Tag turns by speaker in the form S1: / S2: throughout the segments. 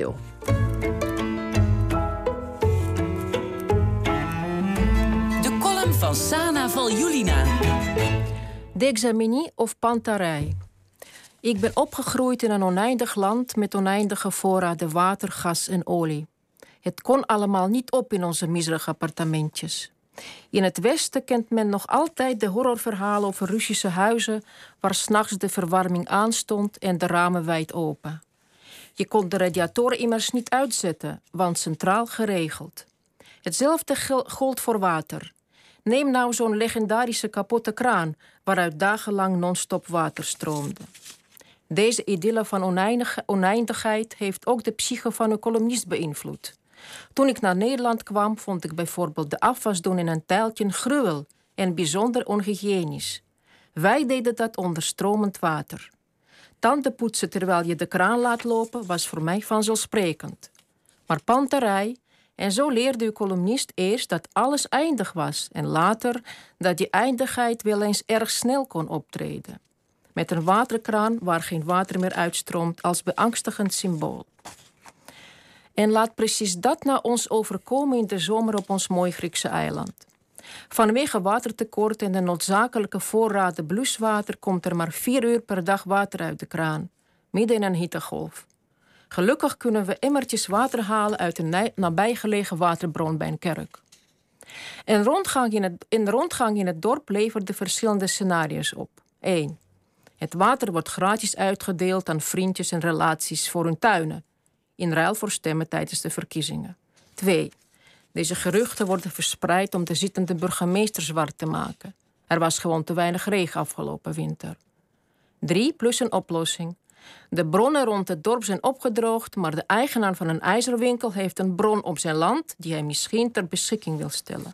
S1: deel.
S2: De column van Sana Valjulina.
S3: Dexamini of pantarij. Ik ben opgegroeid in een oneindig land met oneindige voorraden water, gas en olie. Het kon allemaal niet op in onze miserige appartementjes. In het Westen kent men nog altijd de horrorverhalen over Russische huizen waar 's nachts de verwarming aanstond en de ramen wijd open. Je kon de radiatoren immers niet uitzetten, want centraal geregeld. Hetzelfde gold voor water. Neem nou zo'n legendarische kapotte kraan waaruit dagenlang non-stop water stroomde. Deze idylle van oneindigheid heeft ook de psyche van een columnist beïnvloed. Toen ik naar Nederland kwam, vond ik bijvoorbeeld de afwas doen in een tuiltje gruwel en bijzonder onhygiënisch. Wij deden dat onder stromend water. Tanden poetsen terwijl je de kraan laat lopen was voor mij vanzelfsprekend. Maar panterij, en zo leerde uw columnist eerst dat alles eindig was en later dat die eindigheid wel eens erg snel kon optreden. Met een waterkraan waar geen water meer uitstroomt als beangstigend symbool. En laat precies dat nou ons overkomen in de zomer op ons mooi Griekse eiland. Vanwege watertekort en de noodzakelijke voorraden bluswater komt er maar 4 uur per dag water uit de kraan, midden in een hittegolf. Gelukkig kunnen we emmertjes water halen uit een nabijgelegen waterbron bij een kerk. Een rondgang in het dorp leverde verschillende scenario's op. 1. Het water wordt gratis uitgedeeld aan vriendjes en relaties voor hun tuinen, in ruil voor stemmen tijdens de verkiezingen. 2. Deze geruchten worden verspreid om de zittende burgemeester zwart te maken. Er was gewoon te weinig regen afgelopen winter. 3. Plus een oplossing. De bronnen rond het dorp zijn opgedroogd, maar de eigenaar van een ijzerwinkel heeft een bron op zijn land die hij misschien ter beschikking wil stellen.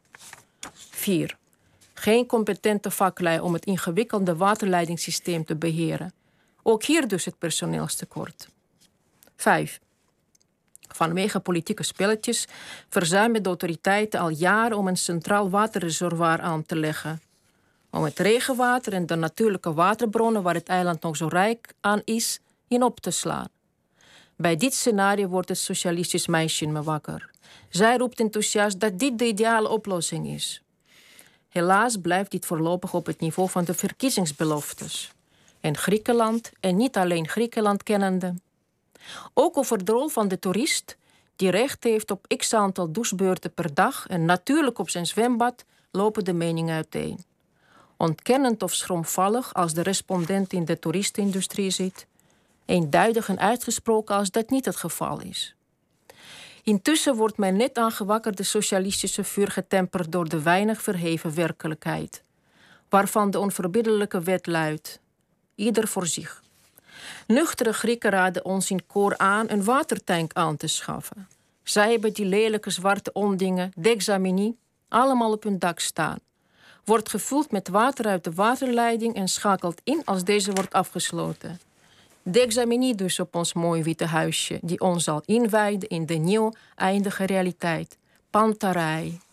S3: 4. Geen competente vaklui om het ingewikkelde waterleidingssysteem te beheren. Ook hier dus het personeelstekort. 5. Vanwege politieke spelletjes verzuimen de autoriteiten al jaren om een centraal waterreservoir aan te leggen. Om het regenwater en de natuurlijke waterbronnen waar het eiland nog zo rijk aan is, in op te slaan. Bij dit scenario wordt het socialistisch meisje in me wakker. Zij roept enthousiast dat dit de ideale oplossing is. Helaas blijft dit voorlopig op het niveau van de verkiezingsbeloftes. En Griekenland, en niet alleen Griekenland kennende. Ook over de rol van de toerist, die recht heeft op x-aantal douchebeurten per dag en natuurlijk op zijn zwembad, lopen de meningen uiteen. Ontkennend of schroomvallig als de respondent in de toeristenindustrie zit, eenduidig en uitgesproken als dat niet het geval is. Intussen wordt mijn net aangewakkerde socialistische vuur getemperd door de weinig verheven werkelijkheid, waarvan de onverbiddelijke wet luidt: ieder voor zich. Nuchtere Grieken raden ons in koor aan een watertank aan te schaffen. Zij hebben die lelijke zwarte ondingen, dexamini, allemaal op hun dak staan. Wordt gevuld met water uit de waterleiding en schakelt in als deze wordt afgesloten. Dexamini dus op ons mooi witte huisje, die ons zal inwijden in de nieuw eindige realiteit. Pantarij.